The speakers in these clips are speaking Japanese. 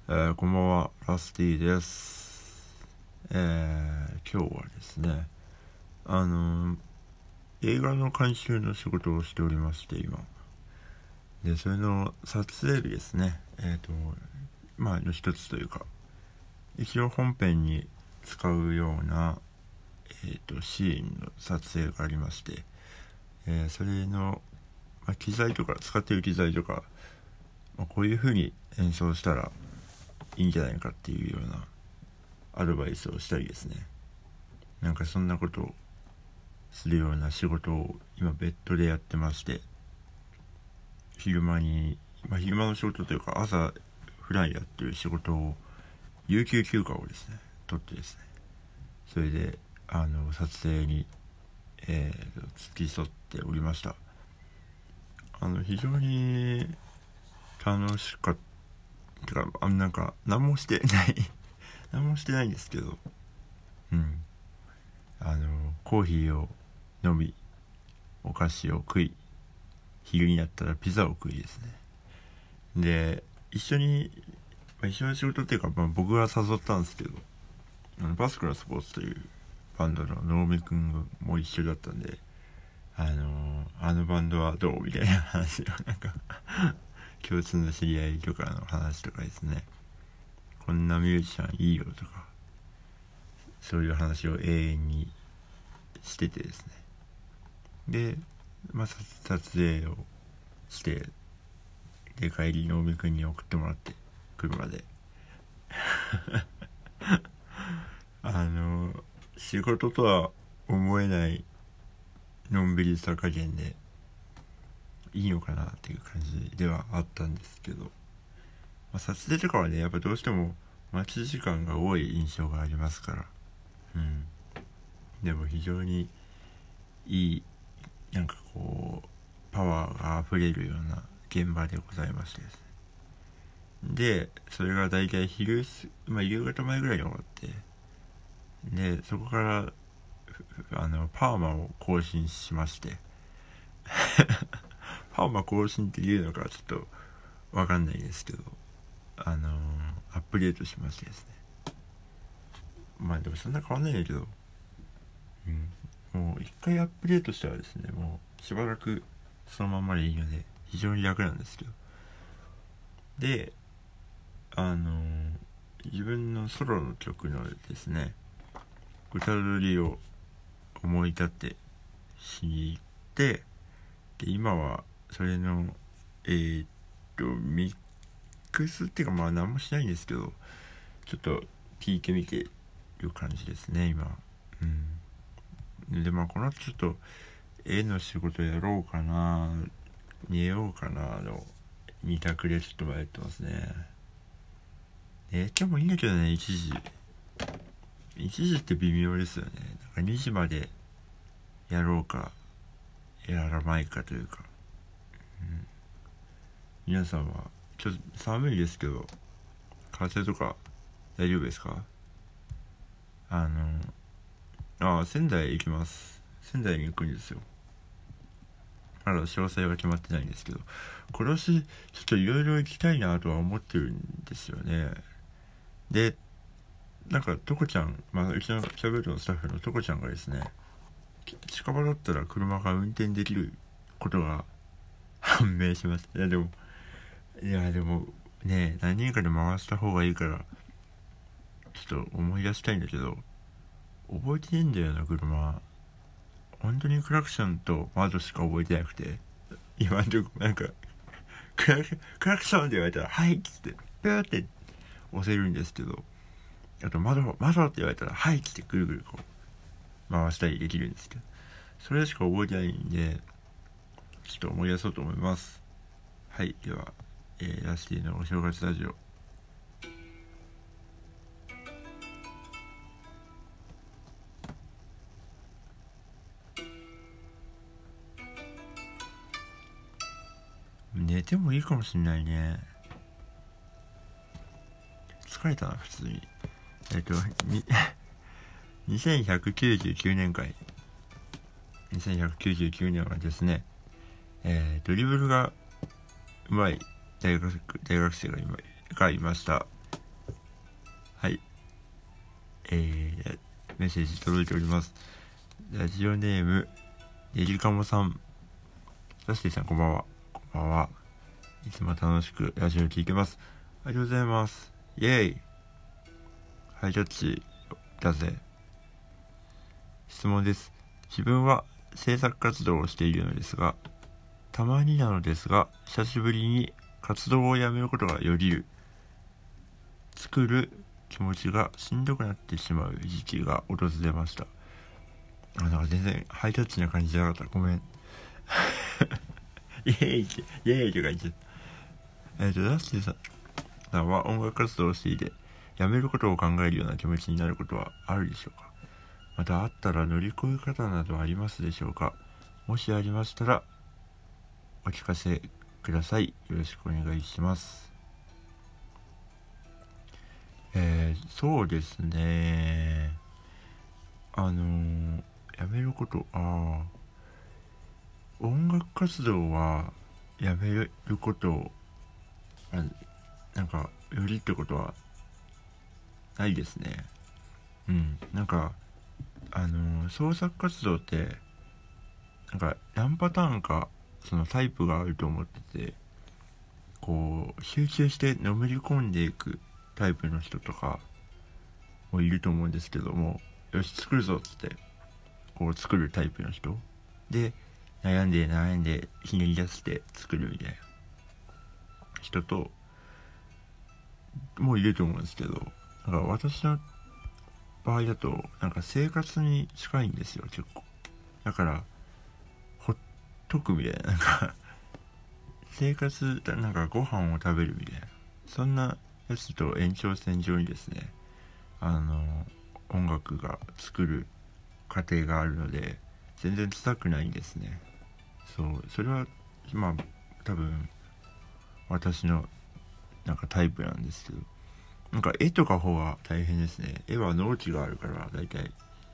こんばんは、ラスティです。今日はですね、映画の監修の仕事をしておりまして、今。で、それの撮影日ですね。の一つというか、一応本編に使うような、シーンの撮影がありまして、それの、機材とか、使っている機材とか、こういう風に演奏したらいいんじゃないかっていうようなアドバイスをしたりですね、なんかそんなことをするような仕事を今別途でやってまして、昼間の仕事というか朝普段やってる仕事を有給休暇をですね取ってですね、それで撮影に、付き添っておりました。非常に楽しかったか、なんか何もしてないんですけど、コーヒーを飲み、お菓子を食い、昼になったらピザを食いですね。で、一緒に仕事っていうか、僕が誘ったんですけど、バスクのスポーツというバンドの能見くんも一緒だったんで、あのバンドはどうみたいな話をなんか共通の知り合いとかの話とかですね、こんなミュージシャンいいよとか、そういう話を永遠にしててですね。で、撮影をして、で帰り能見くんに送ってもらって、車で仕事とは思えないのんびりさ加減でいいのかなっていう感じではあったんですけど、撮影とかはね、やっぱどうしても待ち時間が多い印象がありますから、でも非常にいい、なんかこうパワーが溢れるような現場でございましてですね。で、それが大体夕方前ぐらいに終わって、でそこからパーマを更新しましてパーマ更新っていうのかちょっとわかんないですけど、アップデートしましてですね。でもそんな変わんないんだけど、もう一回アップデートしたらですね、もうしばらくそのままでいいので非常に楽なんですけど、で自分のソロの曲のですね、歌取りを思い立ってしに行って、で今はそれのミックスっていうか何もしないんですけど、ちょっと聞いてみてる感じですね今。でこの後ちょっと絵の仕事やろうかな寝ようかなの2択でちょっと迷ってますね。寝てもいいんだけどね、1時って微妙ですよね。なんか2時までやろうかやらないかというか、皆さんはちょっと寒いですけど風邪とか大丈夫ですか？仙台行きます。仙台に行くんですよ。まだ詳細は決まってないんですけど、今年ちょっといろいろ行きたいなとは思ってるんですよね。で、なんかトコちゃん、うちのシャベルのスタッフのトコちゃんがですね、近場だったら車が運転できることが判明しました。いやでもね、何人かで回した方がいいからちょっと思い出したいんだけど、覚えてねえんだよな、車。本当にクラクションと窓しか覚えてなくて、今んとこなんかクラクションって言われたらはいっつってピューって押せるんですけど、あと窓って言われたらはいっつってぐるぐるこう回したりできるんですけど、それしか覚えてないんでちょっと思い出そうと思います。はい、では、ラスティのお正月ラジオ。寝てもいいかもしんないね。疲れたな普通に。2199年会。2199年はですね、ドリブルがうまい大学生がいました。 メッセージ届いております。ラジオネームねりかもさん、サスティさんこんばんは。こんばんは。いつも楽しくラジオ聞いてます。ありがとうございます。イエーイ。ハイタッチだぜ。質問です。自分は制作活動をしているのですが、たまになのですが久しぶりに活動をやめることがよぎる、作る気持ちがしんどくなってしまう時期が訪れました。なんか全然ハイタッチな感じじゃなかった。ごめん。イエーイイエーイとか言って。ダッシーさんは音楽活動をしていて、やめることを考えるような気持ちになることはあるでしょうか。またあったら乗り越え方などありますでしょうか。もしありましたらお聞かせください。よろしくお願いします。そうですね。やめること、音楽活動はやめることをなんかよりってことはないですね。なんか創作活動ってなんか何パターンかそのタイプがあると思ってて、こう集中してのめり込んでいくタイプの人とかもいると思うんですけども、よし作るぞっつってこう作るタイプの人で、悩んでひねり出して作るみたいな人ともいると思うんですけど、なんか私の場合だとなんか生活に近いんですよ、結構。だからほっとくみたいな、なんか生活なんかご飯を食べるみたいな、そんなやつと延長線上にですね、音楽が作る過程があるので全然辛くないんですね。それはまあ多分私のなんかタイプなんですけど、なんか絵とか方が大変ですね。絵は納期があるから大体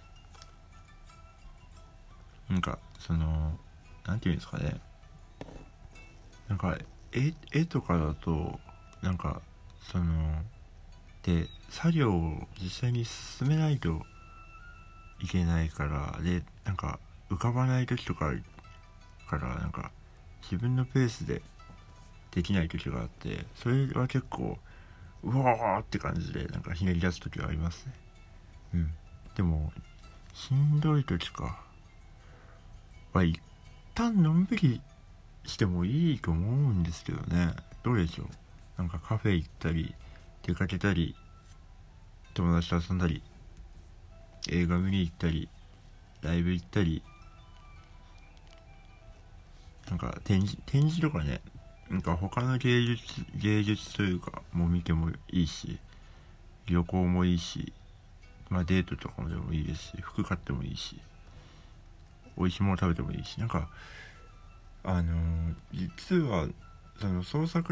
なんかなんていうんですかね、なんか絵とかだとなんかで作業を実際に進めないといけないから、でなんか浮かばない時とかあるからなんか自分のペースでできない時があって、それは結構うわーって感じでなんかひねり出す時はありますね。でもしんどい時か一旦のんびりしてもいいと思うんですけどね。どうでしょう。なんかカフェ行ったり出かけたり友達と遊んだり映画見に行ったりライブ行ったり、なんか展示とかね、なんか他の芸術というかも見てもいいし、旅行もいいし、まあデートとかもでもいいですし、服買ってもいいし、美味しいもの食べてもいいし、なんか実はその創作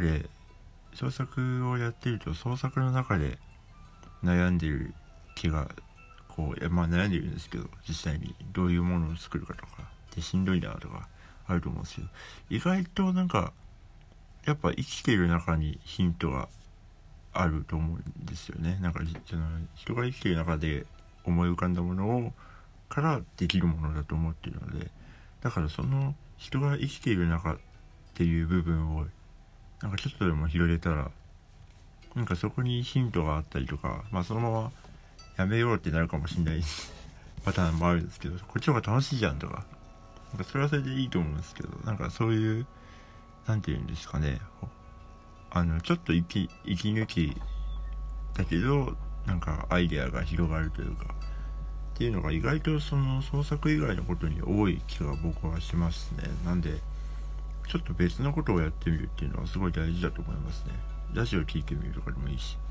をやっていると創作の中で悩んでいる気がまあ悩んでいるんですけど、実際にどういうものを作るかとかでしんどいなとかあると思うんですけど、意外となんかやっぱ生きている中にヒントがあると思うんですよね。なんか人が生きている中で思い浮かんだものからできるものだと思っているので、だからその人が生きている中っていう部分をなんかちょっとでも広げたら、なんかそこにヒントがあったりとか、まあそのままやめようってなるかもしれないパターンもあるんですけど、こっちの方が楽しいじゃんとか、なんかそれはそれでいいと思うんですけど、なんかそういうなんていうんですかね、ちょっと息抜きだけどなんかアイデアが広がるというかっていうのが意外とその創作以外のことに多い気が僕はしますね。なんでちょっと別のことをやってみるっていうのはすごい大事だと思いますね。ラジオ聞いてみるとかでもいいし、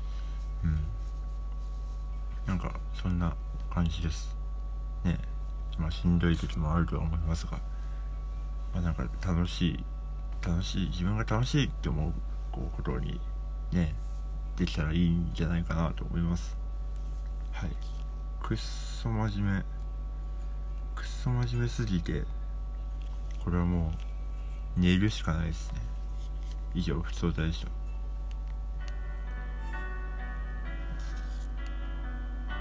なんかそんな感じですね。まあしんどい時もあるとは思いますが、まあなんか楽しい自分が楽しいって思うことにねできたらいいんじゃないかなと思います。はい。くっそ真面目すぎてこれはもう寝るしかないですね。以上、ふつおたでした。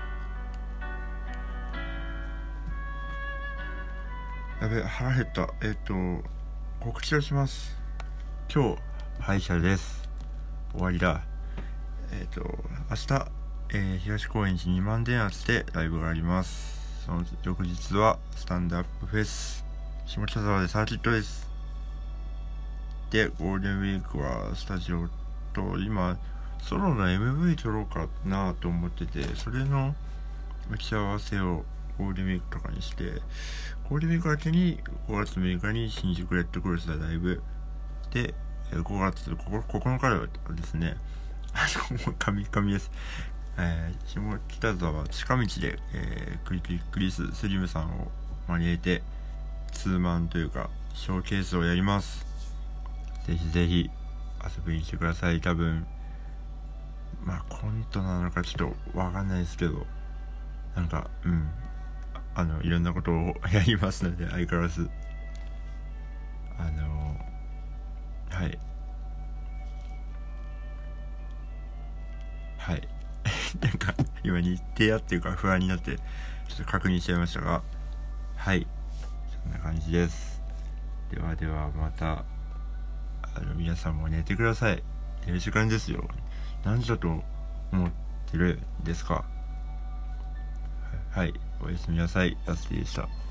やべ、腹減った。告知をします。今日歯医者です。終わりだ。明日、東高円寺2万電圧でライブがあります。その翌日はスタンドアップフェス下北沢でサーキットです。で、ゴールデンウィークはスタジオと、今ソロの MV 撮ろうかなと思ってて、それの打ち合わせをゴールデンウィークとかにして、ゴールデンウィーク明けに5月6日に新宿レッドクロスでライブで、5月9日はですね、神々です。下北沢近道で、クリススリムさんを招いてツーマンというかショーケースをやります。ぜひぜひ遊びに来てください。多分コントなのかちょっとわかんないですけど、なんかいろんなことをやりますので、相変わらずはいなんか今日程やっていうか不安になってちょっと確認しちゃいましたが、はいそんな感じです。ではではまた皆さんも寝てください。寝る時間ですよ。何時だと思ってるんですか。はい、おやすみなさい。やすりでした。